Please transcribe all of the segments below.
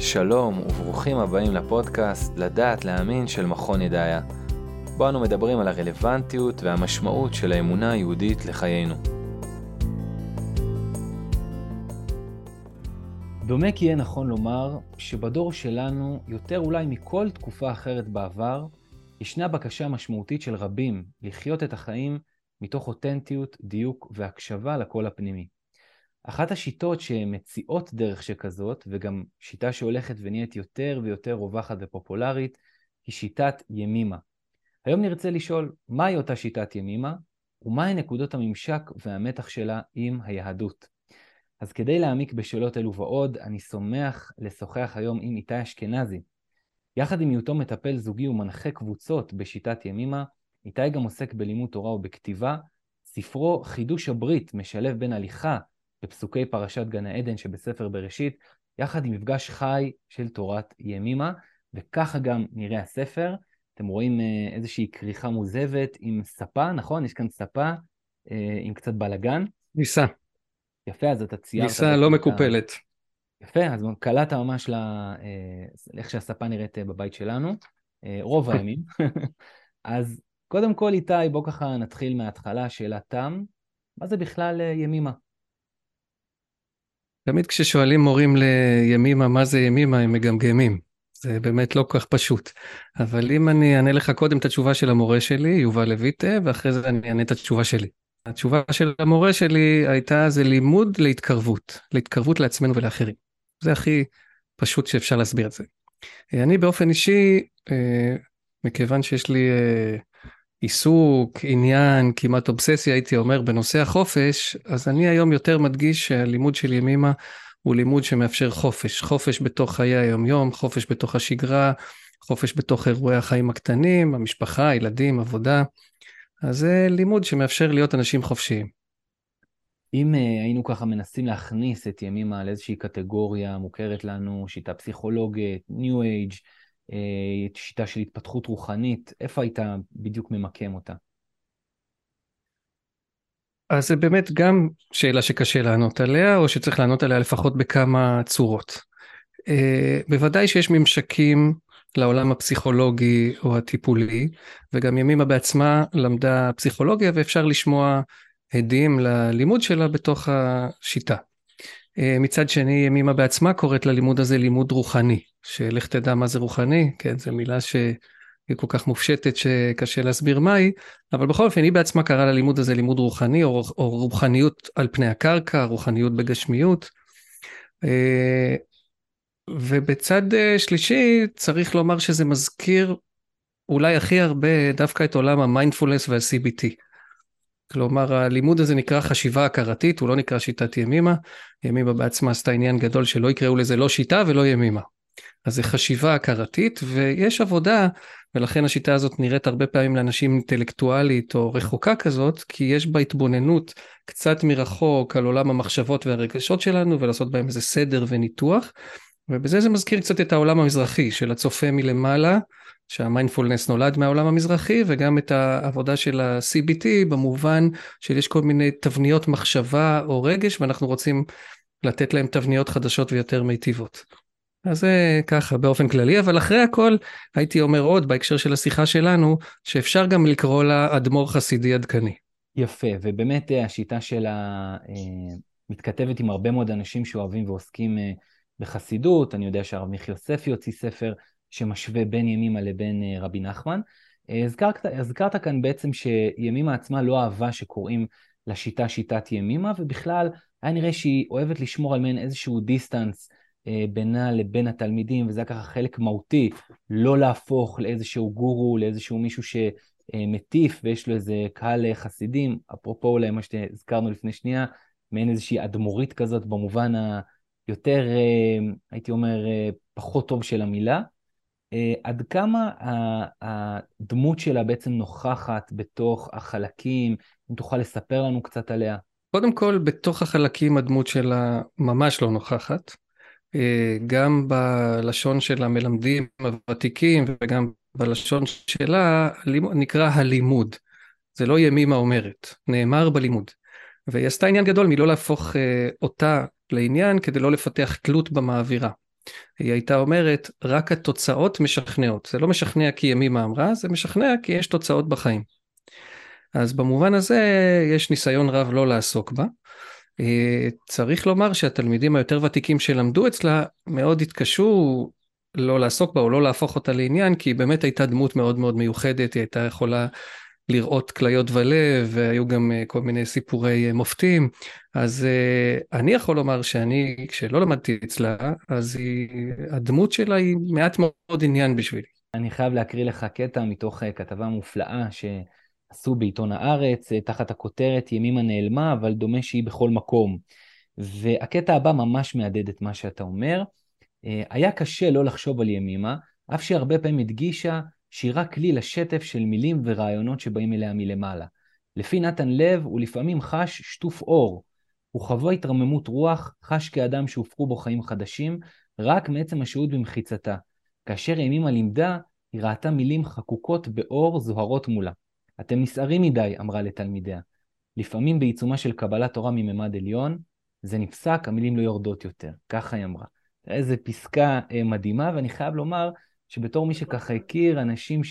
שלום וברוכים הבאים לפודקאסט לדעת להאמין של מכון ידעיה. בו אנו מדברים על הרלוונטיות והמשמעות של האמונה היהודית לחיינו. דומה כי יהיה נכון לומר שבדור שלנו, יותר אולי מכל תקופה אחרת בעבר, ישנה בקשה משמעותית של רבים לחיות את החיים מתוך אותנטיות, דיוק והקשבה לקול הפנימי. אחת השיטות שמציעות דרך שכזאת, וגם שיטה שהולכת ונהיית יותר ויותר רווחת ופופולרית, היא שיטת ימימה. היום נרצה לשאול מהי אותה שיטת ימימה, ומהי נקודות הממשק והמתח שלה עם היהדות. אז כדי להעמיק בשאלות אלו ועוד, אני שמח לשוחח היום עם איתי אשכנזי. יחד עם היותו מטפל זוגי ומנחה קבוצות בשיטת ימימה, איתי גם עוסק בלימוד תורה ובכתיבה. ספרו חידוש הברית משלב בין הליכה בפסוקי פרשת גן העדן שבספר בראשית, יחד עם מפגש חי של תורת ימימה, וככה גם נראה הספר. אתם רואים איזושהי כריכה מוזבת עם ספה, נכון? יש כאן ספה עם קצת בלגן. ניסה. יפה, אז אתה ציירת. ניסה לא מקופלת. יפה, אז קלעת ממש איך שהספה נראית בבית שלנו, רוב הימים. אז קודם כל איתי, בוא ככה נתחיל מההתחלה, שאלת תם, מה זה בכלל ימימה? תמיד כששואלים מורים לימימה מה זה ימימה, הם מגמגמים. זה באמת לא כל כך פשוט. אבל אם אני אענה לך קודם את התשובה של המורה שלי, יובל לויטה, ואחרי זה אני אענה את התשובה שלי. התשובה של המורה שלי הייתה, זה לימוד להתקרבות לעצמנו ולאחרים. זה הכי פשוט שאפשר להסביר את זה. אני באופן אישי, מכיוון שיש לי עיסוק, עניין, כמעט אובססיה, הייתי אומר, בנושא החופש, אז אני היום יותר מדגיש שהלימוד של ימימה הוא לימוד שמאפשר חופש. חופש בתוך חיי היום-יום, חופש בתוך השגרה, חופש בתוך אירועי החיים הקטנים, המשפחה, ילדים, עבודה. אז זה לימוד שמאפשר להיות אנשים חופשיים. אם היינו ככה מנסים להכניס את ימימה לאיזושהי קטגוריה מוכרת לנו, שיטה פסיכולוגית, ניו אייג', שיטה של התפתחות רוחנית, איפה היית בדיוק ממקם אותה? אז זה באמת גם שאלה שקשה לענות עליה, או שצריך לענות עליה לפחות בכמה צורות. בוודאי שיש ממשקים לעולם הפסיכולוגי או הטיפולי, וגם ימימה בעצמה למדה פסיכולוגיה, ואפשר לשמוע עדים ללימוד שלה בתוך השיטה. מצד שני, ימימה בעצמה קוראת ללימוד הזה לימוד רוחני, שלך תדע מה זה רוחני, כן, זו מילה שהיא כל כך מופשטת שקשה להסביר מהי, אבל בכל אופן היא בעצמה קראה ללימוד הזה לימוד רוחני, או רוחניות על פני הקרקע, רוחניות בגשמיות. ובצד שלישי צריך לומר שזה מזכיר אולי הכי הרבה דווקא את עולם המיינדפולנס וה-CBT. כלומר, הלימוד הזה נקרא חשיבה הכרתית, הוא לא נקרא שיטת ימימה. ימימה בעצמה עשתה עניין גדול שלא יקראו לזה לא שיטה ולא ימימה. אז זה חשיבה הכרתית, ויש עבודה, ולכן השיטה הזאת נראית הרבה פעמים לאנשים אינטלקטואלית או רחוקה כזאת, כי יש בה התבוננות קצת מרחוק על עולם המחשבות והרגשות שלנו, ולעשות בהם איזה סדר וניתוח, ובזה זה מזכיר קצת את העולם המזרחי, של הצופה מלמעלה, שהמיינדפולנס נולד מהעולם המזרחי, וגם את העבודה של ה-CBT, במובן של יש כל מיני תבניות מחשבה או רגש, ואנחנו רוצים לתת להם תבניות חדשות ויותר מיטיבות. אז זה ככה באופן כללי, אבל אחרי הכל הייתי אומר עוד בהקשר של השיחה שלנו, שאפשר גם לקרוא לה אדמו"ר חסידי עדכני. יפה, ובאמת השיטה שלה מתכתבת עם הרבה מאוד אנשים שאוהבים ועוסקים בחסידות. אני יודע שהרב מיכאל יוספי הוציא ספר שמשווה בין ימימה לבין רבי נחמן. הזכרת כאן בעצם שימימה עצמה לא אהבה שקוראים לשיטה שיטת ימימה, ובכלל היה נראה שהיא אוהבת לשמור על מעין איזשהו דיסטנס בינה לבין התלמידים, וזה היה ככה חלק מהותי, לא להפוך לאיזשהו גורו, לאיזשהו מישהו שמטיף ויש לו איזה קהל חסידים, אפרופו אולי מה שהזכרנו לפני שנייה, מעין איזושהי אדמו"רית כזאת במובן היותר, הייתי אומר, פחות טוב של המילה. עד כמה הדמות שלה בעצם נוכחת בתוך החלקים, אם תוכל לספר לנו קצת עליה? קודם כל, בתוך החלקים הדמות שלה ממש לא נוכחת, גם בלשון של המלמדים הוותיקים וגם בלשון שלה נקרא הלימוד. זה לא ימימה אומרת, נאמר בלימוד. והיא עשתה עניין גדול מלא להפוך אותה לעניין כדי לא לפתח תלות במעבירה. היא הייתה אומרת, רק התוצאות משכנעות. זה לא משכנע כי ימימה אמרה, זה משכנע כי יש תוצאות בחיים. אז במובן הזה יש ניסיון רב לא לעסוק בה. צריך לומר שהתלמידים היותר ותיקים שלמדו אצלה מאוד התקשו לא לעסוק בה או לא להפוך אותה לעניין, כי היא באמת הייתה דמות מאוד מאוד מיוחדת, היא הייתה יכולה לראות כליות ולב, והיו גם כל מיני סיפורי מופתים. אז אני יכול לומר שאני, כשלא למדתי אצלה, אז הדמות שלה היא מעט מאוד עניין בשבילי. אני חייב להקריא לך קטע מתוך כתבה מופלאה שעשו בעיתון הארץ, תחת הכותרת ימימה נעלמה, אבל דומה שהיא בכל מקום. והקטע הבא ממש מעדד את מה שאתה אומר. היה קשה לא לחשוב על ימימה, אף שהרבה פעמים הדגישה שהיא רק כלי לשטף של מילים ורעיונות שבאים אליה מלמעלה. לפי נתן לב, הוא לפעמים חש שטוף אור. הוא חווה התרממות רוח, חש כאדם שהופכו בו חיים חדשים, רק מעצם השהות במחיצתה. כאשר ימימה לימדה, היא ראתה מילים חקוקות באור זוהרות מולה. אתם נסערים מדי, אמרה לתלמידיה. לפעמים בעיצומה של קבלת תורה מממד עליון, זה נפסק, המילים לא יורדות יותר. ככה היא אמרה. איזו פסקה מדהימה, ואני חייב לומר שבתור מי שככה הכיר אנשים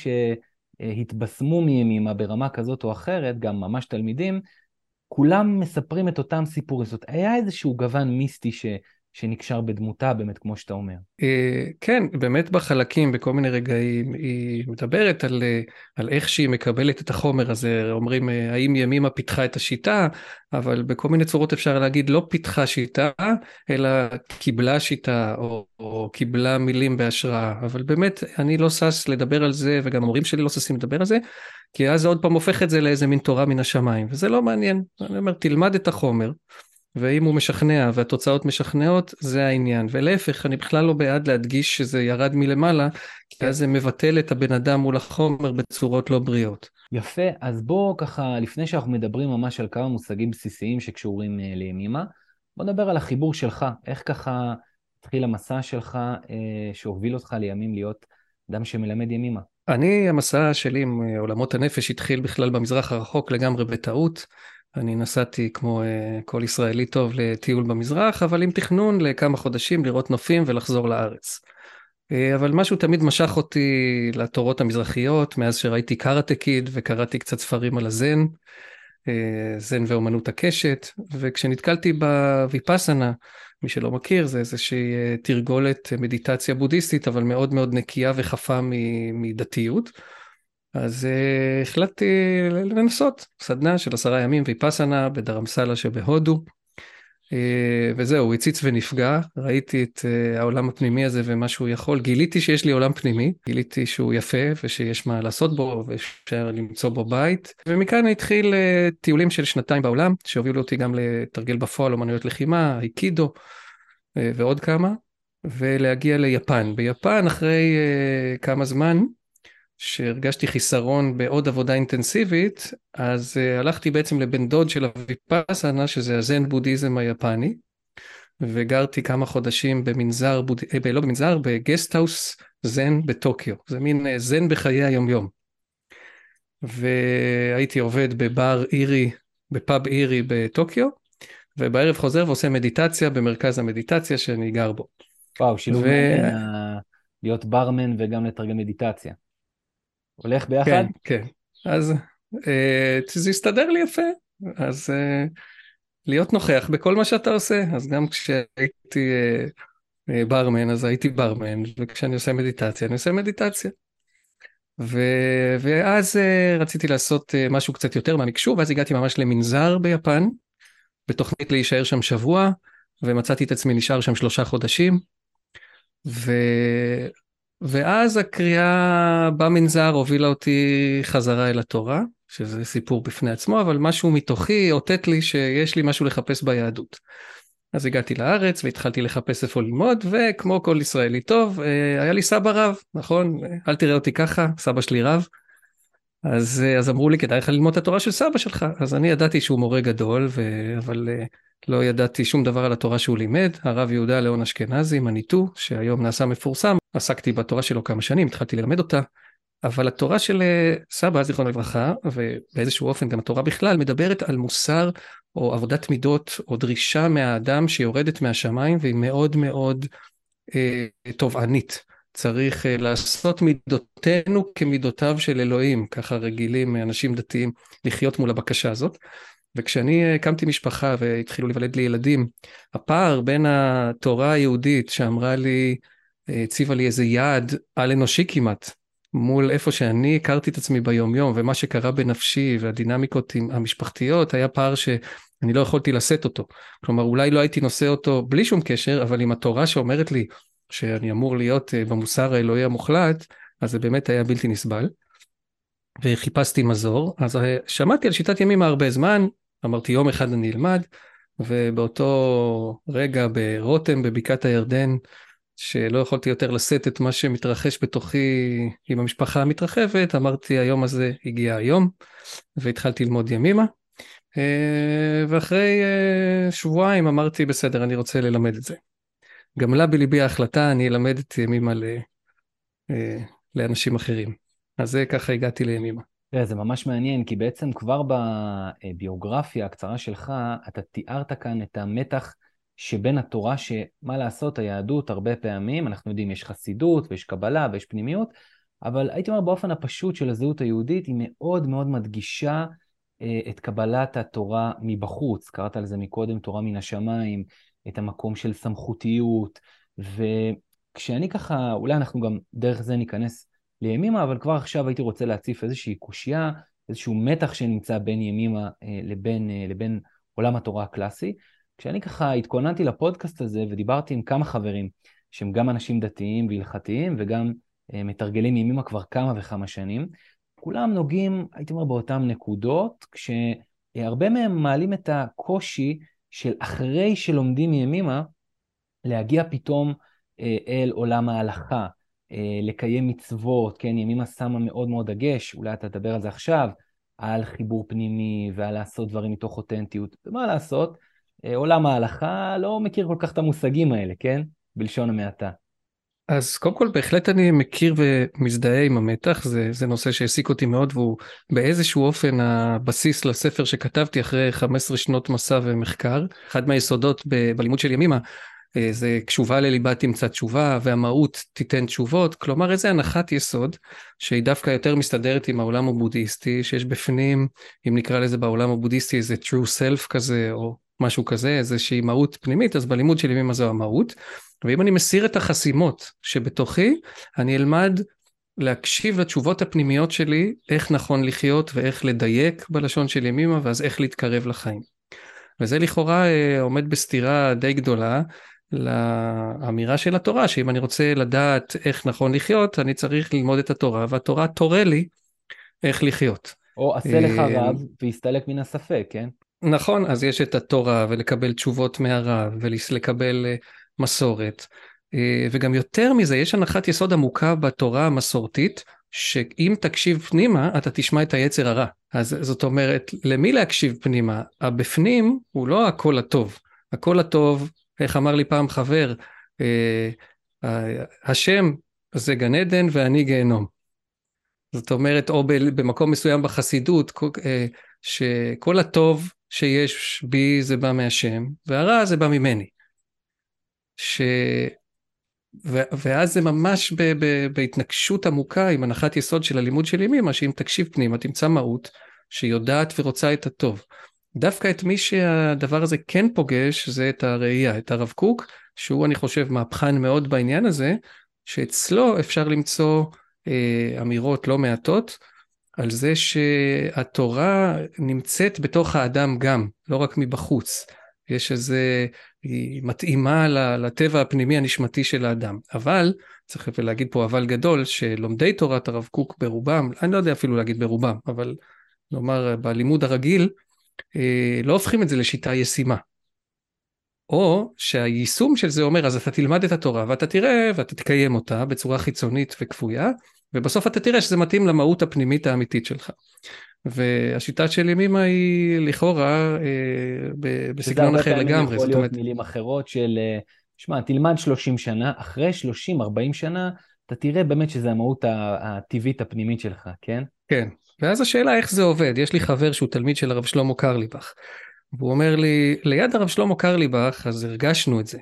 שהתבשמו מימימה ברמה כזאת או אחרת, גם ממש תלמידים, כולם מספרים את אותם סיפורים. זאת היה איזשהו גוון מיסטי שנקשר בדמותה, באמת, כמו שאתה אומר. כן, באמת בחלקים, בכל מיני רגעים, היא מדברת על איך שהיא מקבלת את החומר הזה, אומרים, האם ימימה פיתחה את השיטה, אבל בכל מיני צורות אפשר להגיד, לא פיתחה שיטה, אלא קיבלה שיטה, או קיבלה מילים בהשראה, אבל באמת, אני לא שש לדבר על זה, וגם המורים שלי לא ששים לדבר על זה, כי אז זה עוד פעם הופך את זה לאיזה מין תורה מן השמיים, וזה לא מעניין. אני אומר, תלמד את החומר, ואם הוא משכנע והתוצאות משכנעות, זה העניין. ולהפך, אני בכלל לא בעד להדגיש שזה ירד מלמעלה, כי אז זה מבטל את הבן אדם מול החומר בצורות לא בריאות. יפה, אז בוא ככה, לפני שאנחנו מדברים ממש על כמה מושגים בסיסיים שקשורים לימימה, בוא נדבר על החיבור שלך, איך ככה התחיל המסע שלך שהוביל אותך לימים להיות אדם שמלמד ימימה. המסע שלי עם עולמות הנפש התחיל בכלל במזרח הרחוק לגמרי בטעות. אני נסעתי כמו כל ישראלי טוב לטיול במזרח, אבל עם תכנון לכמה חודשים לראות נופים ולחזור לארץ. אבל משהו תמיד משך אותי לתורות המזרחיות, מאז שראיתי קראטה קיד וקראתי קצת ספרים על הזן, זן ואומנות הקשת, וכשנתקלתי בוויפאסנה, מי שלא מכיר, זה איזושהי תרגולת מדיטציה בודהיסטית, אבל מאוד מאוד נקייה וחפה מדתיות. אז החלטתי לנסות סדנה של 10 ימים ויפאסנה בדרמסלה שבהודו, וזהו, הציץ ונפגע, ראיתי את העולם הפנימי הזה ומה שהוא יכול, גיליתי שיש לי עולם פנימי, גיליתי שהוא יפה ושיש מה לעשות בו ואפשר למצוא בו בית, ומכאן התחיל טיולים של 2 בעולם, שהובילו אותי גם לתרגל בפועל אומנויות לחימה, איקידו ועוד כמה, ולהגיע ליפן. ביפן אחרי כמה זמן, שהרגשתי חיסרון בעוד עבודה אינטנסיבית, אז הלכתי בעצם לבן דוד של הוויפאסנה, שזה הזן בודהיזם היפני, וגרתי כמה חודשים במנזר, לא במנזר, בגסטהאוס זן בטוקיו. זה מין זן בחיי היומיום. והייתי עובד בבר אירי, בפאב אירי בטוקיו, ובערב חוזר ועושה מדיטציה במרכז המדיטציה שאני גר בו. וואו, שילוב מעניין להיות ברמן וגם לתרגל מדיטציה. הולך ביחד? כן, כן. אז זה הסתדר לי יפה. אז להיות נוכח בכל מה שאתה עושה. אז גם כשהייתי ברמן, אז הייתי ברמן, וכשאני עושה מדיטציה, אני עושה מדיטציה. ואז רציתי לעשות משהו קצת יותר מהמקשור, ואז הגעתי ממש למנזר ביפן, בתוכנית להישאר שם שבוע, ומצאתי את עצמי נשאר שם 3 חודשים, ואז הקריאה במנזר הובילה אותי חזרה אל התורה, שזה סיפור בפני עצמו, אבל משהו מתוכי אותת לי שיש לי משהו לחפש ביהדות. אז הגעתי לארץ והתחלתי לחפש איפה ללמוד, וכמו כל ישראלי טוב, היה לי סבא רב, נכון? אל תראה אותי ככה, סבא שלי רב. אז אמרו לי, כדאי לך ללמוד את התורה של סבא שלך. אז אני ידעתי שהוא מורה גדול, אבל לא ידעתי שום דבר על התורה שהוא לימד. הרב יהודה ליאון אשכנזי, מניטו, שהיום נעשה מפורסם, עסקתי בתורה שלו כמה שנים, התחלתי ללמד אותה. אבל התורה של סבא, זיכרונו לברכה, ובאיזשהו אופן גם התורה בכלל, מדברת על מוסר או עבודת מידות, או דרישה מהאדם שיורדת מהשמיים, והיא מאוד מאוד תובענית. צריך לעשות מידותינו כמידותיו של אלוהים, ככה רגילים אנשים דתיים לחיות מול הבקשה הזאת. וכשאני הקמתי משפחה והתחילו להיוולד לי ילדים, הפער בין התורה היהודית שאמרה לי, הציבה לי איזה יעד על אנושי כמעט, מול איפה שאני הכרתי את עצמי ביום יום, ומה שקרה בנפשי והדינמיקות המשפחתיות, היה פער שאני לא יכולתי לשאת אותו. כלומר, אולי לא הייתי נושא אותו בלי שום קשר, אבל עם התורה שאומרת לי שאני אמור להיות במוסר האלוהי המוחלט, אז זה באמת היה בלתי נסבל. וחיפשתי מזור, אז שמעתי על שיטת ימימה הרבה זמן, אמרתי יום אחד אני אלמד, ובאותו רגע ברותם בבקעת הירדן, שלא יכולתי יותר לשאת את מה שמתרחש בתוכי עם המשפחה המתרחבת, אמרתי היום הזה הגיע היום, והתחלתי ללמוד ימימה, ואחרי שבועיים אמרתי בסדר, אני רוצה ללמד את זה. גמלה בליבי ההחלטה, אני אלמד את ימימה לאנשים אחרים. אז זה ככה הגעתי לימימה. זה ממש מעניין, כי בעצם כבר בביוגרפיה הקצרה שלך, אתה תיארת כאן את המתח שבין התורה, שמה לעשות, היהדות הרבה פעמים, אנחנו יודעים, יש חסידות ויש קבלה ויש פנימיות, אבל הייתי אומר באופן הפשוט של הזהות היהודית, היא מאוד מאוד מדגישה את קבלת התורה מבחוץ, קראת על זה מקודם, תורה מן השמיים, את המקום של סמכותיות, וכשאני ככה, אולי אנחנו גם דרך זה ניכנס לימימה, אבל כבר עכשיו הייתי רוצה להציף איזושהי קושיה, איזשהו מתח שנמצא בין ימימה לבין עולם התורה הקלאסי. כשאני ככה התכוננתי לפודקאסט הזה ודיברתי עם כמה חברים, שהם גם אנשים דתיים והלכתיים, וגם מתרגלים ימימה כבר כמה וכמה שנים, כולם נוגעים, הייתי אומר, באותם נקודות, כשהרבה מהם מעלים את הקושי של אחרי שלומדים ימימה, להגיע פתאום אל עולם ההלכה, לקיים מצוות, כן, ימימה שמה מאוד מאוד דגש, אולי אתה תדבר על זה עכשיו, על חיבור פנימי ועל לעשות דברים מתוך אותנטיות. ומה לעשות? עולם ההלכה לא מכיר כל כך את המושגים האלה, כן? בלשון המעטה. אז קודם כל בהחלט אני מכיר ומזדהה עם המתח, זה נושא שהעסיק אותי מאוד, והוא באיזשהו אופן הבסיס לספר שכתבתי אחרי 15 שנות מסע ומחקר. אחד מהיסודות בלימוד של ימימה, זה תשובה לליבה תמצא תשובה, והמהות תיתן תשובות, כלומר איזה הנחת יסוד, שהיא דווקא יותר מסתדרת עם העולם הבודהיסטי, שיש בפנים, אם נקרא לזה בעולם הבודהיסטי, איזה true self כזה, או משהו כזה, איזושהי מהות פנימית, אז בלימוד של ימימה זו המהות, ואם אני מסיר את החסימות שבתוכי, אני אלמד להקשיב לתשובות הפנימיות שלי, איך נכון לחיות ואיך לדייק בלשון של ימימה, ואז איך להתקרב לחיים. וזה לכאורה עומד בסתירה די גדולה, לאמירה של התורה, שאם אני רוצה לדעת איך נכון לחיות, אני צריך ללמוד את התורה, והתורה תורה לי איך לחיות. או עשה לך רב והסתלק מן הספק, כן? נכון, אז יש את התורה, ולקבל תשובות מהרב, ולקבל מסורת, וגם יותר מזה, יש הנחת יסוד עמוקה בתורה המסורתית, שאם תקשיב פנימה, אתה תשמע את היצר הרע. אז זאת אומרת, למי להקשיב פנימה? הבפנים הוא לא הקול הטוב. הקול הטוב, איך אמר לי פעם חבר, השם זה גן עדן ואני גיהנום. זאת אומרת, או במקום מסוים בחסידות, שכל הטוב שיש בי זה בא מהשם, והרע זה בא ממני. ואז זה ממש בהתנגשות עמוקה עם הנחת יסוד של הלימוד של ימימה, שאם תקשיב פנימה תמצא מהות שיודעת ורוצה את הטוב. דווקא את מי שהדבר הזה כן פוגש, זה את הראייה, את הרב קוק, שהוא אני חושב מהפכן מאוד בעניין הזה, שאצלו אפשר למצוא אמירות לא מעטות, על זה שהתורה נמצאת בתוך האדם גם, לא רק מבחוץ. יש איזה, היא מתאימה לטבע הפנימי הנשמתי של האדם. אבל, צריך להגיד פה אבל גדול, שלומדי תורת הרב קוק ברובם, אני לא יודע אפילו להגיד ברובם, אבל נאמר בלימוד הרגיל, לא הופכים את זה לשיטה ישימה. או שהיישום של זה אומר, אז אתה תלמד את התורה, ואתה תראה, ואתה תקיים אותה בצורה חיצונית וכפויה, ובסוף אתה תראה שזה מתאים למהות הפנימית האמיתית שלך. והשיטה של ימימה היא לכאורה בסגנון אחר לגמרי. יכול להיות מילים אחרות של, שמע, תלמד 30 שנה, אחרי 30-40 שנה, אתה תראה באמת שזה המהות הטבעית הפנימית שלך, כן? כן, ואז השאלה איך זה עובד. יש לי חבר שהוא תלמיד של הרב שלמה קרליבך, והוא אומר לי, ליד הרב שלמה קרליבך, אז הרגשנו את זה,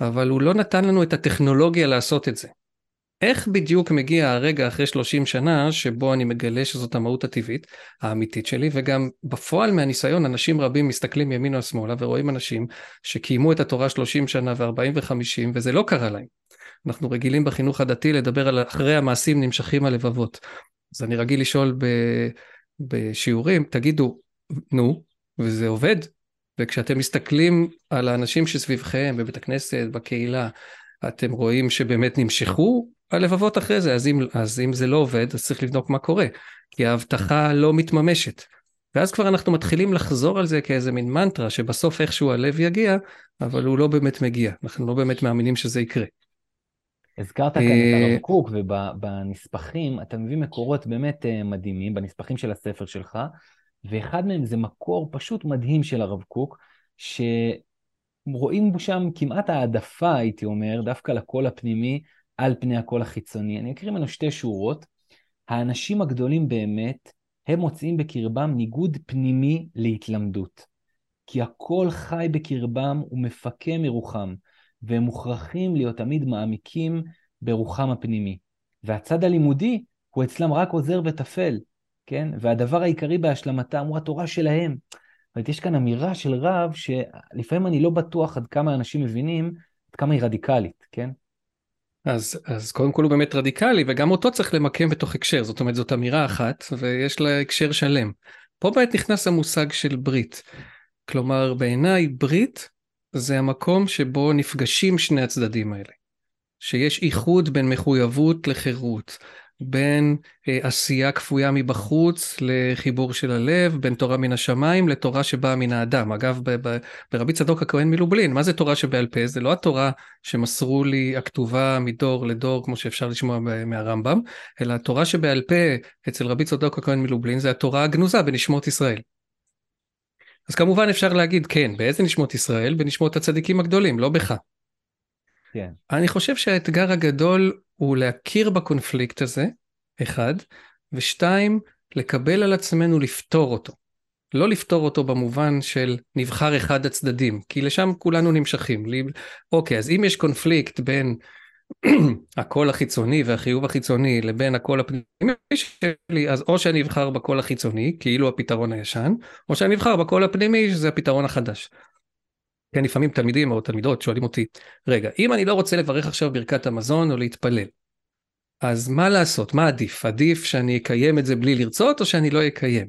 אבל הוא לא נתן לנו את הטכנולוגיה לעשות את זה. איך בדיוק מגיע הרגע אחרי 30 שנה שבו אני מגלה שזאת המהות הטבעית, האמיתית שלי, וגם בפועל מהניסיון אנשים רבים מסתכלים ימינה או שמאלה ורואים אנשים שקיימו את התורה 30 שנה ו-40 ו-50 וזה לא קרה להם. אנחנו רגילים בחינוך הדתי לדבר על אחרי המעשים נמשכים הלבבות. אז אני רגיל לשאול בשיעורים, תגידו, נו, וזה עובד? וכשאתם מסתכלים על האנשים שסביבכם, בבית הכנסת, בקהילה, אתם רואים שבאמת נמשכו הלבבות אחרי זה, אז אם זה לא עובד, אז צריך לבדוק מה קורה, כי ההבטחה לא מתממשת. ואז כבר אנחנו מתחילים לחזור על זה כאיזה מין מנטרה, שבסוף איכשהו הלב יגיע, אבל הוא לא באמת מגיע, אנחנו לא באמת מאמינים שזה יקרה. הזכרת כאן את הרב קוק, ובנספחים אתה מביא מקורות באמת מדהימים, בנספחים של הספר שלך, ואחד מהם זה מקור פשוט מדהים של הרב קוק, שרואים בו שם כמעט העדפה, הייתי אומר, דווקא לקול הפנימי על פני הקול החיצוני. אני אקריא ממנו שתי שורות. האנשים הגדולים באמת, הם מוצאים בקרבם ניגוד פנימי להתלמדות. כי הכל חי בקרבם ומפקה מרוחם, והם מוכרחים להיות תמיד מעמיקים ברוחם הפנימי. והצד הלימודי הוא אצלם רק עוזר וטפל, כן? והדבר העיקרי בהשלמתם הוא התורה שלהם. זאת יש כאן אמירה של רב שלפעמים אני לא בטוח עד כמה אנשים מבינים, עד כמה היא רדיקלית, כן? אז קודם כל הוא באמת רדיקלי, וגם אותו צריך למקם בתוך הקשר, זאת אומרת זאת אמירה אחת, ויש לה הקשר שלם. פה באמת נכנס המושג של ברית. כלומר, בעיניי ברית זה המקום שבו נפגשים שני הצדדים האלה. שיש איחוד בין מחויבות לחירות, בין עשייה כפויה מבחוץ לחיבור של הלב, בין תורה מן השמיים לתורה שבאה מן האדם. אגב, ברבי צדוק הכהן מלובלין, מה זה תורה שבעל פה? זה לא התורה שמסרו לי הכתובה מדור לדור, כמו שאפשר לשמוע מהרמב"ם, אלא התורה שבעל פה אצל רבי צדוק הכהן מלובלין, זה התורה הגנוזה בנשמות ישראל. אז כמובן אפשר להגיד, כן, באיזה נשמות ישראל? בנשמות הצדיקים הגדולים, לא בך. כן. אני חושב שהאתגר הגדול הוא להכיר בקונפליקט הזה, אחד, ושתיים, לקבל על עצמנו לפתור אותו. לא לפתור אותו במובן של נבחר אחד הצדדים, כי לשם כולנו נמשכים. אוקיי, אז אם יש קונפליקט בין הקול החיצוני והחיוב החיצוני לבין הקול הפנימי שלי, אז או שאני אבחר בקול החיצוני, כאילו הפתרון הישן, או שאני אבחר בקול הפנימי, שזה הפתרון החדש. כן, לפעמים תלמידים או תלמידות שואלים אותי, רגע, אם אני לא רוצה לברך עכשיו ברכת המזון או להתפלל, אז מה לעשות? מה עדיף? עדיף שאני אקיים את זה בלי לרצות או שאני לא אקיים?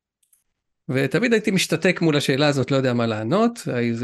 ותמיד הייתי משתתק מול השאלה הזאת, לא יודע מה לענות,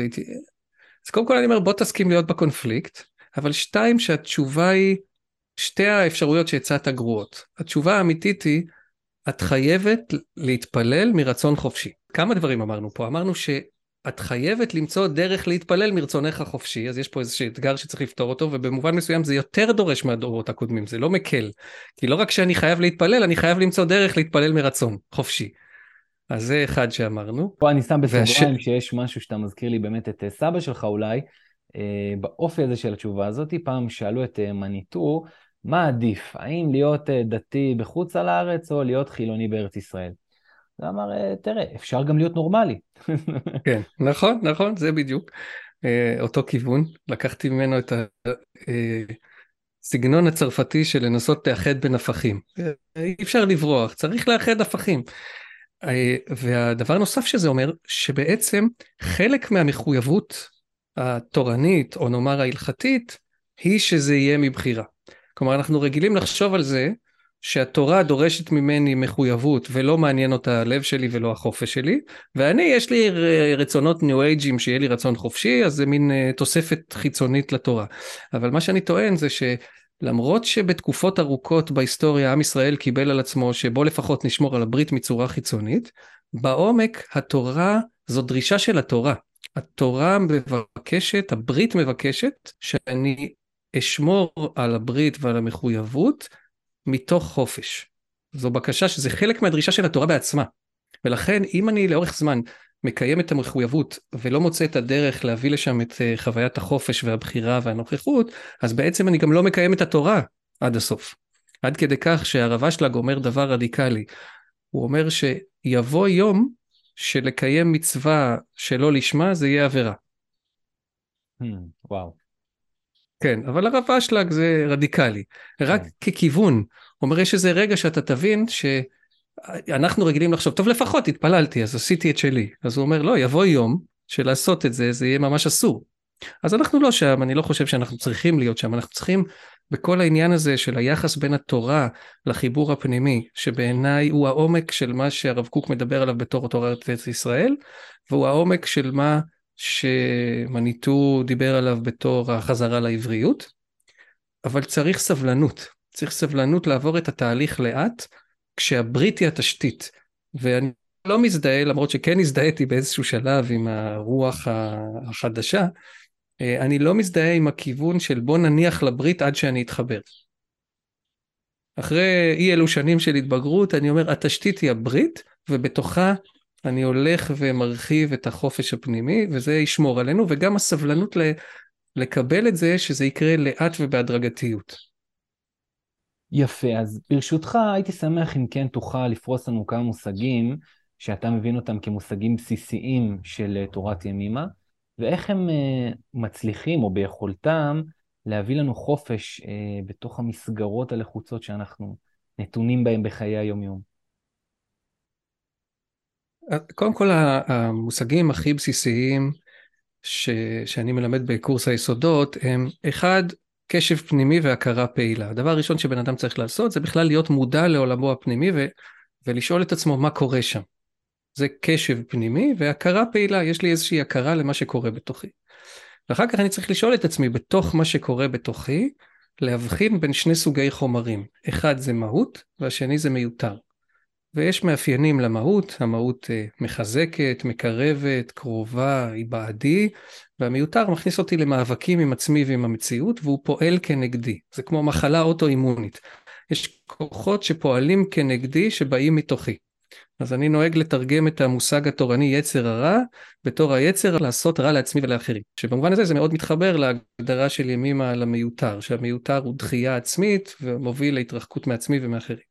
אז קודם כל אני אומר, בוא תסכים להיות בקונפליקט, אבל שתיים, שהתשובה היא, שתי האפשרויות שהצעת גרועות. התשובה האמיתית היא, את חייבת להתפלל מרצון חופשי. כמה דברים אמרנו פה? אמרנו את חייבת למצוא דרך להתפלל מרצונך החופשי, אז יש פה איזשהו אתגר שצריך לפתור אותו, ובמובן מסוים זה יותר דורש מהדורות הקודמים, זה לא מקל. כי לא רק שאני חייב להתפלל, אני חייב למצוא דרך להתפלל מרצון חופשי. אז זה אחד שאמרנו. פה אני שם בסוגריים שיש משהו שאתה מזכיר לי באמת את סבא שלך אולי, באופי הזה של התשובה הזאת. פעם שאלו את מניטור, מה עדיף, האם להיות דתי בחוץ על הארץ או להיות חילוני בארץ ישראל? הוא אמר, תראה, אפשר גם להיות נורמלי. כן, נכון, נכון, זה בדיוק אותו כיוון. לקחתי ממנו את הסגנון הצרפתי של לנסות לאחד בין הפכים. אי אפשר לברוח, צריך לאחד הפכים. והדבר נוסף שזה אומר, שבעצם חלק מהמחויבות התורנית, או נאמר ההלכתית, היא שזה יהיה מבחירה. כלומר, אנחנו רגילים לחשוב על זה, שהתורה דורשת ממני מחויבות, ולא מעניין אותה הלב שלי ולא החופש שלי, ואני, יש לי רצונות ניו אייג'ים, שיהיה לי רצון חופשי, אז זה מין תוספת חיצונית לתורה. אבל מה שאני טוען זה למרות שבתקופות ארוכות בהיסטוריה עם ישראל קיבל על עצמו שבו לפחות נשמור על הברית מצורה חיצונית, בעומק התורה זו דרישה של התורה. התורה מבקשת, הברית מבקשת שאני אשמור על הברית ועל המחויבות מתוך חופש. זו בקשה שזה חלק מהדרישה של התורה בעצמה. ולכן אם אני לאורך זמן מקיים את המחויבות ולא מוצא את הדרך להביא לשם את חוויית החופש והבחירה והנוכחות, אז בעצם אני גם לא מקיים את התורה עד הסוף. עד כדי כך שהרב"שלג אומר דבר רדיקלי. הוא אומר שיבוא יום שלקיים מצווה שלא לשמה זה יהיה עבירה. וואו. כן, אבל הרב אשלג זה רדיקלי, רק כן. ככיוון. הוא אומר, יש איזה רגע שאתה תבין שאנחנו רגילים לחשוב, טוב לפחות התפללתי, אז עשיתי את שלי. אז הוא אומר, לא, יבוא יום שלעשות את זה, זה יהיה ממש אסור. אז אנחנו לא שם, אני לא חושב שאנחנו צריכים להיות שם, אנחנו צריכים בכל העניין הזה של היחס בין התורה לחיבור הפנימי, שבעיניי הוא העומק של מה שהרב קוק מדבר עליו בתור תורת ארץ ישראל, והוא העומק של מה שמניטו דיבר עליו בתור החזרה לעבריות, אבל צריך סבלנות, צריך סבלנות לעבור את התהליך לאט, כשהברית היא התשתית, ואני לא מזדהה, למרות שכן הזדהיתי באיזשהו שלב עם הרוח החדשה, אני לא מזדהה עם הכיוון של בוא נניח לברית עד שאני אתחבר. אחרי אי אלו שנים של התבגרות, אני אומר, התשתית היא הברית, ובתוכה אני הולך ומרחיב את החופש הפנימי, וזה ישמור עלינו, וגם הסבלנות לקבל את זה, שזה יקרה לאט ובהדרגתיות. יפה, אז ברשותך הייתי שמח אם כן תוכל לפרוס לנו כמה מושגים שאתה מבין אותם כמושגים בסיסיים של תורת ימימה, ואיך הם מצליחים או ביכולתם להביא לנו חופש בתוך המסגרות הלחוצות שאנחנו נתונים בהם בחיי היום-יום. קודם כל, המושגים הכי בסיסיים שאני מלמד בקורס היסודות, הם אחד, קשב פנימי והכרה פעילה. הדבר הראשון שבן אדם צריך לעשות, זה בכלל להיות מודע לעולמו הפנימי, ולשאול את עצמו מה קורה שם. זה קשב פנימי והכרה פעילה, יש לי איזושהי הכרה למה שקורה בתוכי. ואחר כך אני צריך לשאול את עצמי, בתוך מה שקורה בתוכי, להבחין בין שני סוגי חומרים. אחד זה מהות, והשני זה מיותר. ויש מאפיינים למהות, המהות מחזקת, מקרבת, קרובה, היא בעדי, והמיותר מכניס אותי למאבקים עם עצמי ועם המציאות, והוא פועל כנגדי. זה כמו מחלה אוטואימונית. יש כוחות שפועלים כנגדי שבאים מתוכי. אז אני נוהג לתרגם את המושג התורני יצר הרע, בתור היצר לעשות רע לעצמי ולאחרים. שבמובן הזה זה מאוד מתחבר להגדרה של ימימה על המיותר, שהמיותר הוא דחייה עצמית ומוביל להתרחקות מעצמי ומאחרים.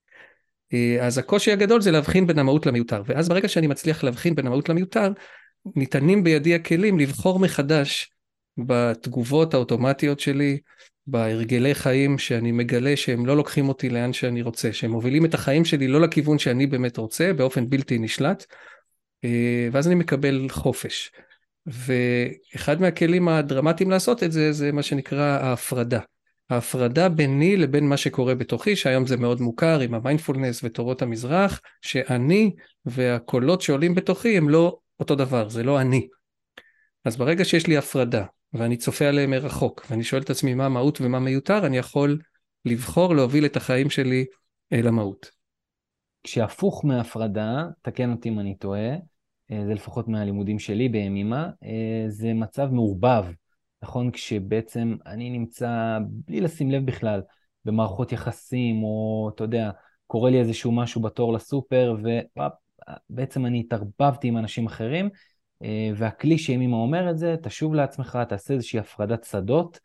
אז הקושי הגדול זה להבחין בין המהות למיותר, ואז ברגע שאני מצליח להבחין בין המהות למיותר, ניתנים בידי הכלים לבחור מחדש בתגובות האוטומטיות שלי, בהרגלי חיים שאני מגלה שהם לא לוקחים אותי לאן שאני רוצה, שהם מובילים את החיים שלי לא לכיוון שאני באמת רוצה, באופן בלתי נשלט, ואז אני מקבל חופש. ואחד מהכלים הדרמטיים לעשות את זה, זה מה שנקרא ההפרדה. ההפרדה ביני לבין מה שקורה בתוכי, שהיום זה מאוד מוכר עם המיינדפולנס ותורות המזרח, שאני והקולות שעולים בתוכי הם לא אותו דבר, זה לא אני. אז ברגע שיש לי הפרדה, ואני צופה עליהם מרחוק, ואני שואל את עצמי מה המהות ומה מיותר, אני יכול לבחור להוביל את החיים שלי אל המהות. כשהפוך מהפרדה, תקן אותי אם אני טועה, זה לפחות מהלימודים שלי בימימה, זה מצב מעורבב, נכון? כשבעצם אני נמצא בלי לשים לב בכלל במערכות יחסים, או אתה יודע, קורה לי איזשהו משהו בתור לסופר, ובעצם אני התערבבתי עם אנשים אחרים, והכלי שימימה אומר את זה, תשוב לעצמך, תעשה איזושהי הפרדת שדות,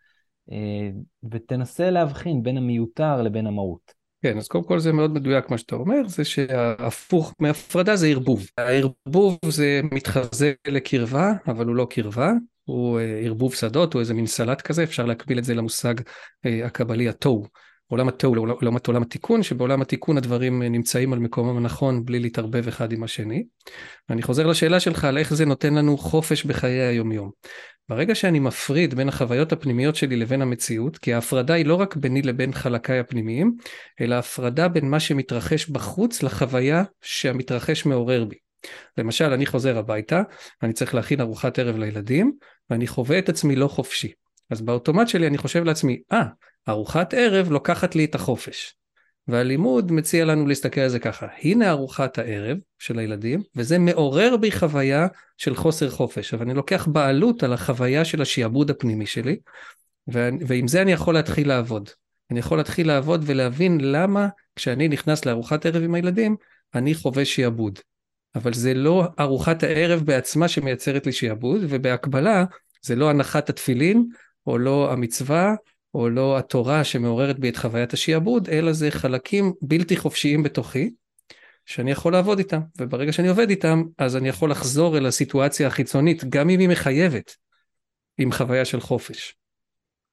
ותנסה להבחין בין המיותר לבין המהות. כן, אז קודם כל זה מאוד מדויק מה שאתה אומר, זה שההפוך מהפרדה זה ערבוב. הערבוב זה מתחזה לקרבה, אבל הוא לא קרבה, הוא ערבוב שדות, הוא איזה מין סלט כזה, אפשר להקביל את זה למושג הקבלי התוהו. עולם התוהו לעומת עולם התיקון, שבעולם התיקון הדברים נמצאים על מקומם הנכון, בלי להתערבב אחד עם השני. ואני חוזר לשאלה שלך על איך זה נותן לנו חופש בחיי היומיום. ברגע שאני מפריד בין החוויות הפנימיות שלי לבין המציאות, כי ההפרדה היא לא רק ביני לבין חלקיי הפנימיים, אלא הפרדה בין מה שמתרחש בחוץ לחוויה שהמתרחש מעורר בי. למשל, אני חוזר הביתה, אני צריך להכין ארוחת ערב לילדים, ואני חווה את עצמי לא חופשי. אז באוטומט שלי אני חושב לעצמי, ארוחת ערב לוקחת לי את החופש. והלימוד מציע לנו להסתכל על זה ככה, הנה ארוחת הערב של הילדים, וזה מעורר בי חוויה של חוסר חופש, אבל אני לוקח בעלות על החוויה של השיעבוד הפנימי שלי, ועם זה אני יכול להתחיל לעבוד. אני יכול להתחיל לעבוד ולהבין למה כשאני נכנס לארוחת ערב עם הילדים, אני חווה שיעבוד. אבל זה לא ארוחת הערב בעצמה שמייצרת לי שיעבוד, ובהקבלה זה לא הנחת התפילין, או לא המצווה, או לא התורה שמעוררת בי את חוויית השיעבוד, אלא זה חלקים בלתי חופשיים בתוכי, שאני יכול לעבוד איתם, וברגע שאני עובד איתם, אז אני יכול לחזור אל הסיטואציה החיצונית, גם אם היא מחייבת, עם חוויה של חופש.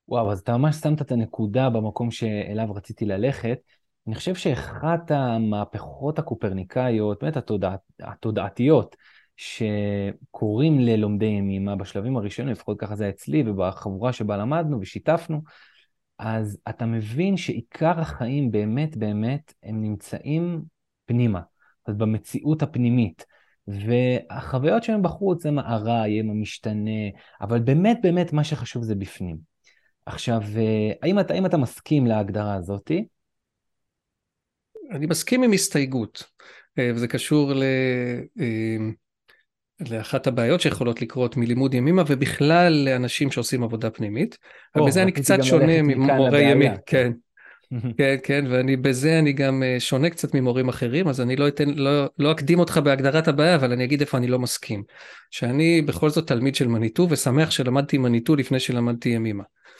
וואו, אז אתה ממש שמת את הנקודה במקום שאליו רציתי ללכת. אני חושב שאחת המהפכות הקופרניקאיות, באמת התודעתיות, שקורים ללומדי ימימה בשלבים הראשונים, לפחות ככה זה היה אצלי ובחבורה שבה למדנו ושיתפנו, אז אתה מבין שעיקר החיים באמת באמת הם נמצאים פנימה, אז במציאות הפנימית. והחוויות שלהם בחוץ הם הארעי, הם המשתנה, אבל באמת באמת מה שחשוב זה בפנים. עכשיו, האם אתה מסכים להגדרה הזאת? אני מסכים עם הסתייגות, וזה קשור אה, לאחת הבעיות שיכולות לקרות מלימוד ימימה ובכלל לאנשים שעושים עבודה פנימית. אבל או, בזה אני רציתי קצת גם שונה ללכת מכאן ממורי ימין, לבעיה, כן. כן, כן, כן, ובזה אני גם שונה קצת ממורים אחרים, אז אני לא אקדים אותך בהגדרת הבעיה, אבל אני אגיד איפה אני לא מסכים. שאני בכל זאת תלמיד של מניטו, ושמח שלמדתי מניטו לפני שלמדתי ימימה.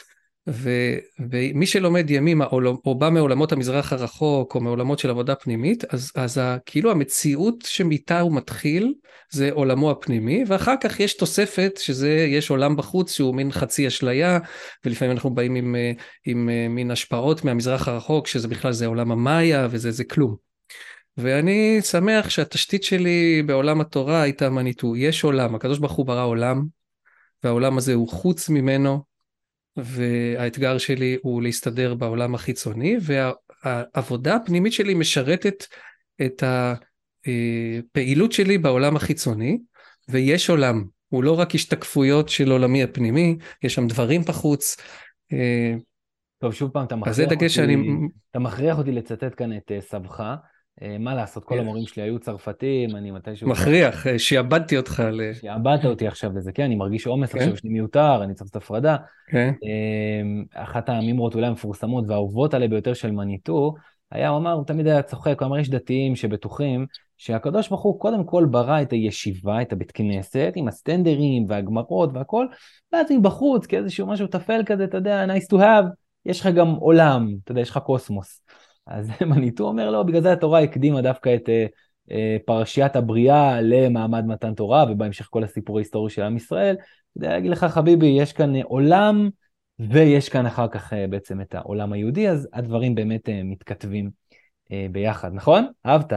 ומי שלומד ימימה או בא מעולמות המזרח הרחוק או מעולמות של עבודה פנימית, אז כאילו המציאות שמאיתה הוא מתחיל זה עולמו הפנימי, ואחר כך יש תוספת יש עולם בחוץ שהוא מין חצי אשליה, ולפעמים אנחנו באים עם מין השפעות מהמזרח הרחוק, שזה בכלל זה עולם המאיה וזה כלום. ואני שמח שהתשתית שלי בעולם התורה הייתה מניטו. יש עולם, הקדוש ברוך הוא ברא עולם, והעולם הזה הוא חוץ ממנו, והאתגר שלי הוא להסתדר בעולם החיצוני, והעבודה הפנימית שלי משרתת את הפעילות שלי בעולם החיצוני, ויש עולם, הוא לא רק השתקפויות של עולמי הפנימי, יש שם דברים בחוץ. טוב, שוב פעם, אז זה דגש שאני... אתה מכריח אותי לצטט כאן את סבך. מה לעשות, כל המורים שלי היו צרפתים, אני מתישהו כבר... מכריח, שיעבדתי אותך שעבדת אותי עכשיו לזה, כן, אני מרגיש עומס כן? עכשיו שלי מיותר, אני צריך לעשות הפרדה. כן? אחת המימרות אולי המפורסמות והאהובות עליי ביותר של מניטו, הוא תמיד היה צוחק, הוא אמר, יש דתיים שבטוחים שהקדוש ברוך הוא קודם כל ברא את הישיבה, את הבית כנסת, עם הסטנדרים והגמרות והכל, ואז מבחוץ, כאיזשהו משהו טפל כזה, אתה יודע, nice to have, יש לך גם עולם, אתה יודע, יש לך קוסמוס. אז מניטו אומר לו, בגלל זה התורה הקדימה דווקא את פרשיית הבריאה למעמד מתן תורה, ובהמשך כל הסיפור ההיסטורי של עם ישראל, כדי להגיד לך, חביבי, יש כאן עולם, ויש כאן אחר כך בעצם את העולם היהודי, אז הדברים באמת מתכתבים ביחד, נכון? אהבת?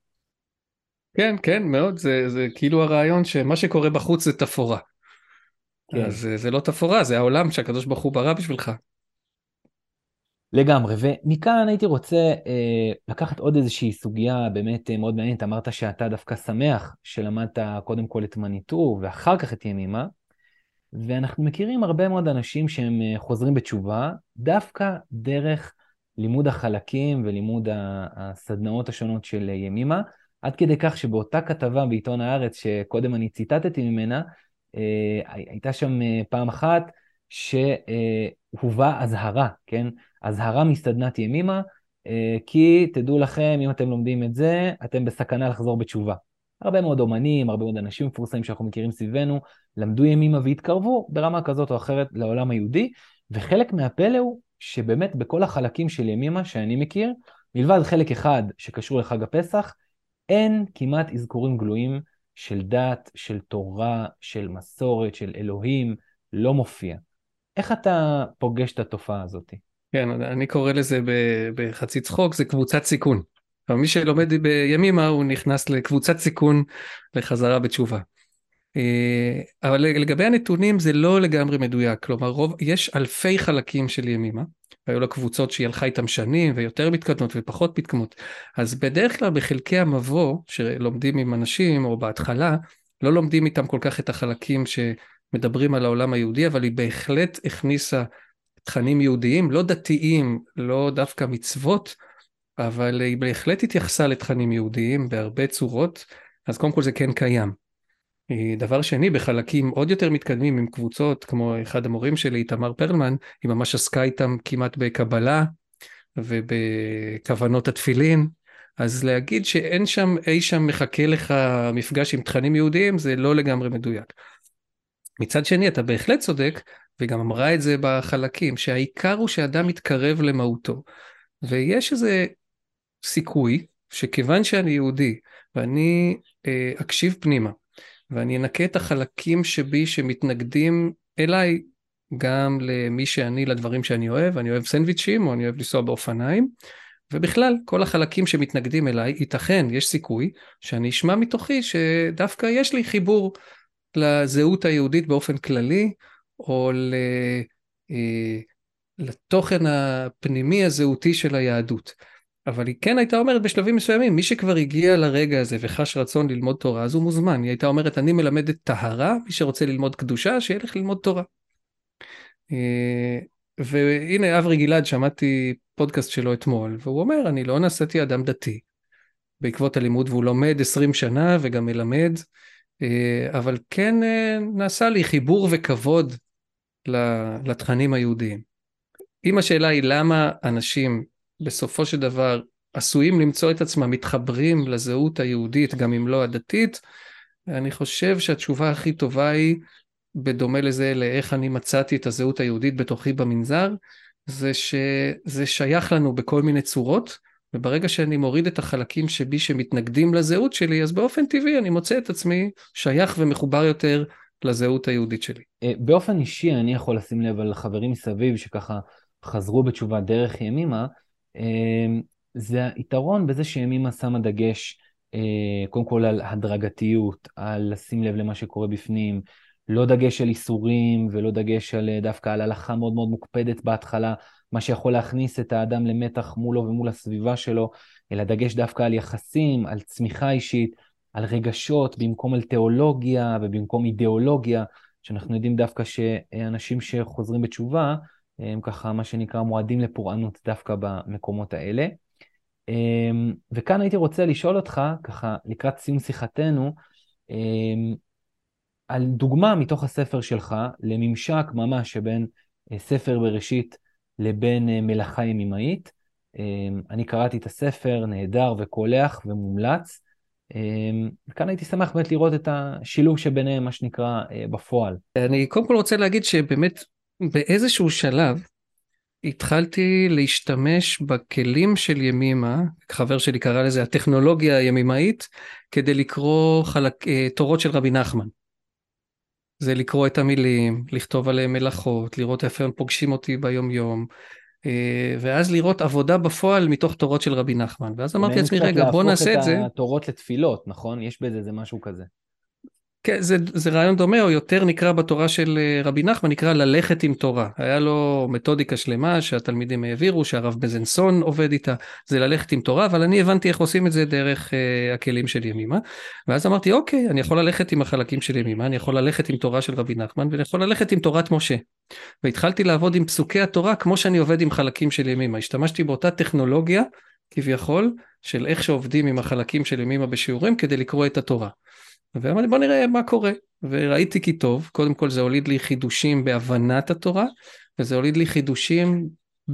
כן, כן, מאוד, זה כאילו הרעיון שמה שקורה בחוץ זה תפאורה. כן. אז זה לא תפאורה, זה העולם שהקדוש ברוך הוא ברא בשבילך. לגמרי, ומכאן הייתי רוצה לקחת עוד איזושהי סוגיה באמת מאוד מעניינת. אמרת שאתה דווקא שמח שלמדת קודם כל את מניטו ואחר כך את ימימה, ואנחנו מכירים הרבה מאוד אנשים שהם חוזרים בתשובה, דווקא דרך לימוד החלקים ולימוד הסדנאות השונות של ימימה, עד כדי כך שבאותה כתבה בעיתון הארץ, שקודם אני ציטטתי ממנה, הייתה שם פעם אחת שהובאה אזהרה, כן? אזהרה מסדנת ימימה, כי תדעו לכם, אם אתם לומדים את זה, אתם בסכנה לחזור בתשובה. הרבה מאוד אומנים, הרבה מאוד אנשים מפורסמים שאנחנו מכירים סביבנו, למדו ימימה והתקרבו ברמה כזאת או אחרת לעולם היהודי, וחלק מהפלא הוא שבאמת בכל החלקים של ימימה שאני מכיר, מלבד חלק אחד שקשור לחג הפסח, אין כמעט אזכורים גלויים של דת, של תורה, של מסורת, של אלוהים, לא מופיע. איך אתה פוגש את התופעה הזאת? כן, אני קורא לזה בחצי צחוק, זה קבוצת סיכון. אבל מי שלומד בימימה הוא נכנס לקבוצת סיכון לחזרה בתשובה. אבל לגבי הנתונים זה לא לגמרי מדויק, כלומר יש אלפי חלקים של ימימה, היו לה קבוצות שהיא הלכה איתם שנים ויותר מתקדמות ופחות מתקדמות, אז בדרך כלל בחלקי המבוא שלומדים עם אנשים או בהתחלה, לא לומדים איתם כל כך את החלקים שמדברים על העולם היהודי, אבל היא בהחלט הכניסה תכנים יהודיים, לא דתיים, לא דווקא מצוות, אבל היא בהחלט התייחסה לתכנים יהודיים בהרבה צורות, אז קודם כל זה כן קיים. דבר שני, בחלקים עוד יותר מתקדמים עם קבוצות, כמו אחד המורים שלי, תמר פרלמן, היא ממש עסקה איתם כמעט בקבלה ובכוונות התפילין, אז להגיד שאין שם, אי שם מחכה לך מפגש עם תכנים יהודיים, זה לא לגמרי מדויק. מצד שני, אתה בהחלט צודק, וגם אמרה את זה בחלקים, שהעיקר הוא שאדם מתקרב למהותו, ויש איזה סיכוי שכיוון שאני יהודי, ואני אקשיב פנימה, ואני אנקה את החלקים שבי שמתנגדים אליי גם למי שאני, לדברים שאני אוהב. אני אוהב סנדוויצ'ים, או אני אוהב לנסוע באופניים, ובכלל, כל החלקים שמתנגדים אליי, ייתכן, יש סיכוי, שאני אשמע מתוכי שדווקא יש לי חיבור לזהות היהודית באופן כללי, או אה, לתוכן הפנימי הזהותי של היהדות. אבל היא כן הייתה אומרת בשלבים מסוימים, מי שכבר הגיע לרגע הזה וחש רצון ללמוד תורה, אז הוא מוזמן. היא הייתה אומרת, אני מלמדת טהרה, מי שרוצה ללמוד קדושה, שילך ללמוד תורה. והנה אברי גלעד, שמעתי פודקאסט שלו אתמול, והוא אומר, אני לא נעשיתי אדם דתי בעקבות הלימוד, והוא לומד 20 שנה וגם מלמד, אבל כן נעשה לי חיבור וכבוד לתכנים היהודיים. אם השאלה היא למה אנשים בסופו של דבר עשויים למצוא את עצמם מתחברים לזהות היהודית גם אם לא הדתית, אני חושב שהתשובה הכי טובה היא, בדומה לזה לאיך אני מצאתי את הזהות היהודית בתוכי במנזר, זה שזה שייך לנו בכל מיני צורות, וברגע שאני מוריד את החלקים שבי שמתנגדים לזהות שלי, אז באופן טבעי אני מוצא את עצמי שייך ומחובר יותר לזהות היהודית שלי. באופן אישי אני יכול לשים לב על חברים מסביב שככה חזרו בתשובה דרך ימימה, זה היתרון בזה שימימה שמה דגש קודם כל על הדרגתיות, על לשים לב למה שקורה בפנים, לא דגש על איסורים ולא דגש על דווקא על הלכה מאוד מאוד מוקפדת בהתחלה, מה שיכול להכניס את האדם למתח מולו ומול הסביבה שלו, אלא דגש דווקא על יחסים, על צמיחה אישית, על רגשות, במקום על תיאולוגיה ובמקום אידיאולוגיה, שאנחנו יודעים דווקא שאנשים שחוזרים בתשובה, הם ככה מה שנקרא מועדים לפורענות דווקא במקומות האלה. וכאן הייתי רוצה לשאול אותך, ככה לקראת סיום שיחתנו, על דוגמה מתוך הספר שלך לממשק ממש שבין ספר בראשית לבין מלאכה ימימאית. אני קראתי את הספר, נהדר וקולח ומומלץ, וכאן הייתי שמח באמת לראות את השילוב שביניהם, מה שנקרא, בפועל. אני קודם כל רוצה להגיד שבאמת באיזשהו שלב התחלתי להשתמש בכלים של ימימה, חבר שלי קרא לזה הטכנולוגיה הימימאית, כדי לקרוא תורות של רבי נחמן. זה לקרוא את המילים, לכתוב עליהם מלאכות, לראות איפה הם פוגשים אותי ביום יום, ואז לראות עבודה בפועל מתוך תורות של רבי נחמן. ואז אמרתי לעצמי, רגע, בוא נעשה את זה. להפוך את התורות לתפילות, נכון? יש בזה זה משהו כזה. כן, זה רעיון דומה, או יותר נקרא בתורה של רבי נחמן, נקרא ללכת עם תורה. היה לו מתודיקה שלמה שהתלמידים העבירו, שהרב בזנסון עובד איתה, זה ללכת עם תורה, אבל אני הבנתי איך עושים את זה דרך הכלים של ימימה. ואז אמרתי, אוקיי, אני יכול ללכת עם החלקים של ימימה, אני יכול ללכת עם תורה של רבי נחמן, ואני יכול ללכת עם תורת משה. והתחלתי לעבוד עם פסוקי התורה, כמו שאני עובד עם חלקים של ימימה. השתמשתי באותה טכנולוגיה, כביכול, של איך שעובדים עם החלקים של ימימה בשיעורים, כדי לקרוא את התורה. ואמרתי בוא נראה מה קורה, וראיתי כי טוב, קודם כל זה הוליד לי חידושים בהבנת התורה, וזה הוליד לי חידושים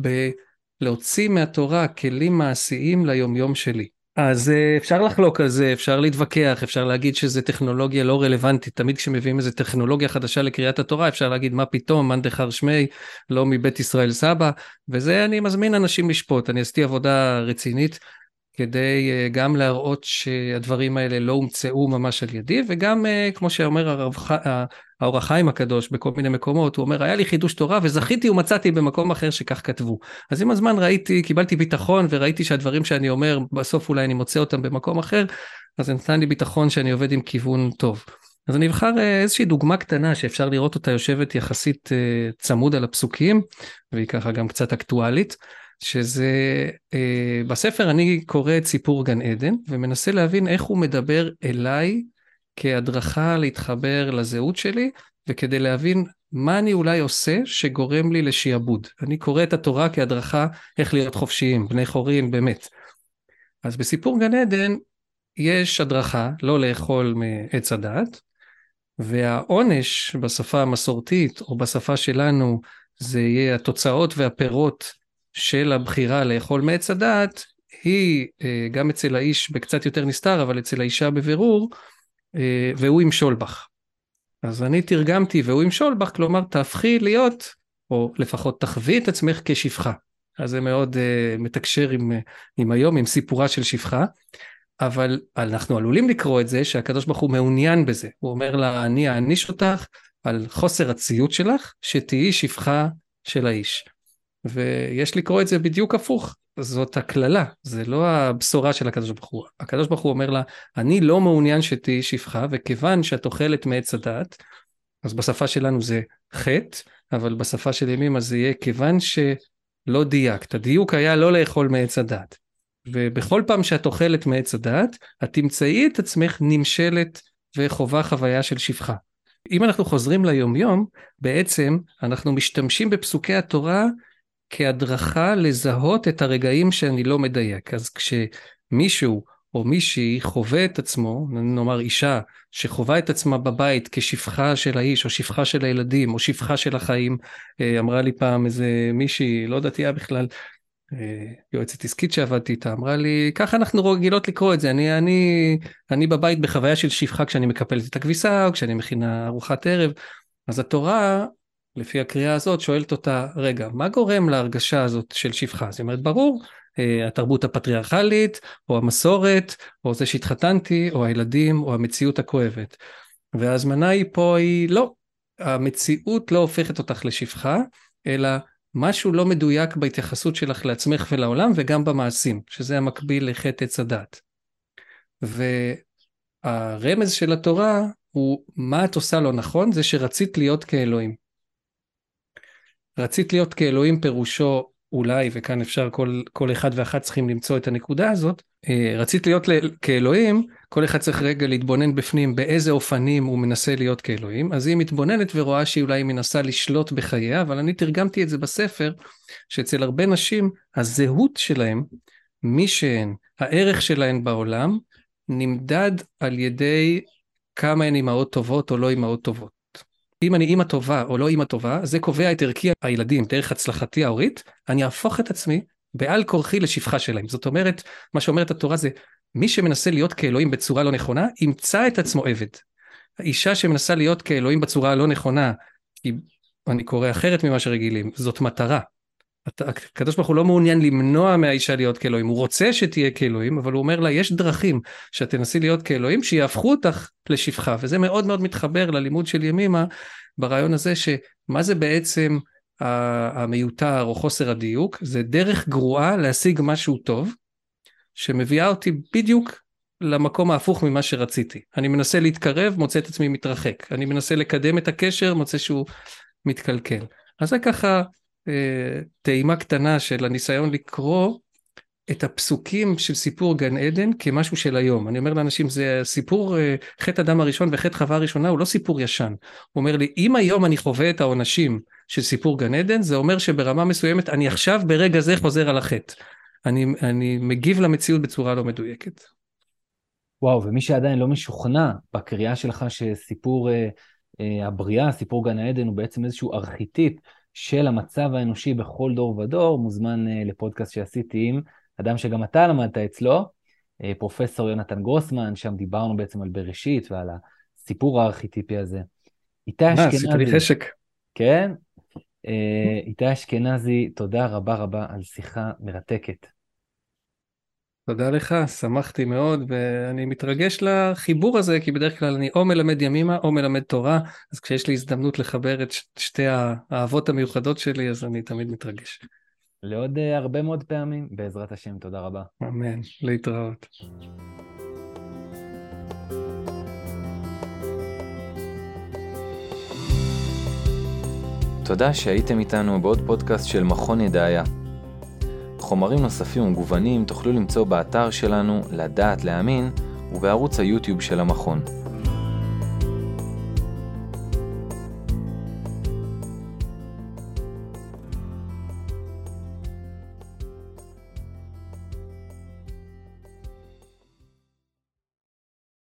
בלהוציא מהתורה כלים מעשיים ליומיום שלי. אז אפשר לחלוק על זה, אפשר להתווכח, אפשר להגיד שזה טכנולוגיה לא רלוונטית, תמיד כשמביאים איזה טכנולוגיה חדשה לקריאת התורה, אפשר להגיד מה פתאום, מאן דכר שמי, לא מבית ישראל סבא, וזה אני מזמין אנשים לשפוט, אני עשיתי עבודה רצינית, כדי גם להראות שהדברים האלה לא הומצאו ממש על ידי, וגם כמו שאומר האור החיים הקדוש בכל מיני מקומות, הוא אומר, היה לי חידוש תורה וזכיתי ומצאתי במקום אחר שכך כתבו. אז עם הזמן ראיתי, קיבלתי ביטחון וראיתי שהדברים שאני אומר, בסוף אולי אני מוצא אותם במקום אחר, אז זה נתן לי ביטחון שאני עובד עם כיוון טוב. אז אני אבחר איזושהי דוגמה קטנה שאפשר לראות אותה יושבת יחסית צמוד על הפסוקים, והיא ככה גם קצת אקטואלית, שזה, בספר אני קורא את סיפור גן עדן, ומנסה להבין איך הוא מדבר אליי, כהדרכה להתחבר לזהות שלי, וכדי להבין מה אני אולי עושה, שגורם לי לשיעבוד. אני קורא את התורה כהדרכה, איך להיות חופשיים, בני חורין, באמת. אז בסיפור גן עדן, יש הדרכה, לא לאכול מעץ הדעת, והעונש בשפה המסורתית, או בשפה שלנו, זה יהיה התוצאות והפירות, של הבחירה לאכול מעץ הדעת, היא גם אצל האיש בקצת יותר נסתר, אבל אצל האישה בבירור, והוא ימשול בך. אז אני תרגמתי והוא ימשול בך, כלומר תהפכי להיות, או לפחות תחווי את עצמך כשפחה. אז זה מאוד מתקשר עם היום, עם סיפורה של שפחה, אבל אנחנו עלולים לקרוא את זה שהקדוש ברוך הוא מעוניין בזה. הוא אומר לה, אני אעניש אותך, על חוסר הציות שלך, שתהיי שפחה של האיש. ויש לקרוא את זה בדיוק הפוך, זאת הכללה, זה לא הבשורה של הקדוש ברוך הוא. הקדוש ברוך הוא אומר לה, אני לא מעוניין שתהיי שפחה, וכיוון שאת אוכלת מעץ הדעת, אז בשפה שלנו זה חטא, אבל בשפה של ימימה זה יהיה כיוון שלא דייקת. הדיוק היה לא לאכול מעץ הדעת. ובכל פעם שאת אוכלת מעץ הדעת, את תמצאי את עצמך נמשלת וחובה חוויה של שפחה. אם אנחנו חוזרים ליום-יום, בעצם אנחנו משתמשים בפסוקי התורה כהדרכה לזהות את הרגעים שאני לא מדייק. אז כשמישהו או מישהי חווה את עצמו, נאמר אישה שחווה את עצמה בבית כשפחה של האיש או שפחה של הילדים או שפחה של החיים, אמרה לי פעם איזה מישהי, לא דתייה בכלל, יועצת עסקית שעבדתי איתה, אמרה לי, ככה אנחנו רגילות לקרוא את זה, אני בבית בחוויה של שפחה כשאני מקפלת את הכביסה או כשאני מכינה ארוחת ערב. אז התורה, לפי הקריאה הזאת, שואלת אותה, רגע, מה גורם להרגשה הזאת של שפחה? זאת אומרת, ברור, התרבות הפטריארכלית, או המסורת, או זה שהתחתנתי, או הילדים, או המציאות הכואבת. וההזמנה היא פה היא לא, המציאות לא הופכת אותך לשפחה, אלא משהו לא מדויק בהתייחסות שלך לעצמך ולעולם, וגם במעשים, שזה המקביל לחטא עץ הדת. והרמז של התורה הוא, מה את עושה לא נכון? זה שרצית להיות כאלוהים. רצית להיות כאלוהים פירושו אולי, וכאן אפשר כל אחד ואחת צריכים למצוא את הנקודה הזאת, רצית להיות כאלוהים, כל אחד צריך רגע להתבונן בפנים באיזה אופנים הוא מנסה להיות כאלוהים, אז היא מתבוננת ורואה שהיא אולי מנסה לשלוט בחייה, אבל אני תרגמתי את זה בספר, שאצל הרבה נשים, הזהות שלהם, מי שהן, הערך שלהן בעולם, נמדד על ידי כמה הן אימהות טובות או לא אימהות טובות. אם אני אימא טובה או לא אימא טובה, זה קובע את ערכי הילדים, דרך הצלחתי ההורית, אני אהפוך את עצמי בעל כורחי לשפחה שלהם. זאת אומרת, מה שאומרת התורה זה, מי שמנסה להיות כאלוהים בצורה לא נכונה, ימצא את עצמו עבד. האישה שמנסה להיות כאלוהים בצורה לא נכונה, כי אני קורא אחרת ממה שרגילים, זאת מטרה. הקדוש ברוך הוא לא מעוניין למנוע מהאישה להיות כאלוהים, הוא רוצה שתהיה כאלוהים, אבל הוא אומר לה, יש דרכים שתנסי להיות כאלוהים, שיהפכו אותך לשפחה, וזה מאוד מאוד מתחבר ללימוד של ימימה, ברעיון הזה שמה זה בעצם המיותר או חוסר הדיוק, זה דרך גרועה להשיג משהו טוב, שמביאה אותי בדיוק למקום ההפוך ממה שרציתי. אני מנסה להתקרב, מוצא את עצמי מתרחק, אני מנסה לקדם את הקשר, מוצא שהוא מתקלקל. אז זה ככה, טעימה קטנה של הניסיון לקרוא את הפסוקים של סיפור גן עדן כמשהו של היום. אני אומר לאנשים, זה סיפור חטא אדם הראשון וחטא חווה הראשונה, הוא לא סיפור ישן. הוא אומר לי, אם היום אני חווה את העונשים של סיפור גן עדן, זה אומר שברמה מסוימת אני עכשיו ברגע זה חוזר על החטא. אני מגיב למציאות בצורה לא מדויקת. וואו, ומי שעדיין לא משוכנע בקריאה שלך שסיפור הבריאה, סיפור גן העדן, הוא בעצם איזשהו ארכיטיפ של המצב האנושי בכל דור ודור, מוזמן לפודקאסט שעשיתי עם אדם שגם אתה למדת אצלו, פרופסור יונתן גרוסמן, שם דיברנו בעצם על בראשית ועל הסיפור הארכיטיפי הזה. איתי אשכנזי. עשית לי חשק. כן? איתי אשכנזי, תודה רבה רבה על שיחה מרתקת. תודה לך, שמחתי מאוד, ואני מתרגש לחיבור הזה, כי בדרך כלל אני או מלמד ימימה או מלמד תורה, אז כשיש לי הזדמנות לחבר את שתי האהבות המיוחדות שלי, אז אני תמיד מתרגש. לעוד הרבה מאוד פעמים, בעזרת השם, תודה רבה. אמן, להתראות. תודה שהייתם איתנו בעוד פודקאסט של מכון ידעיה. חומרים נוספים ומגוונים תוכלו למצוא באתר שלנו לדעת להאמין ובערוץ היוטיוב של המכון.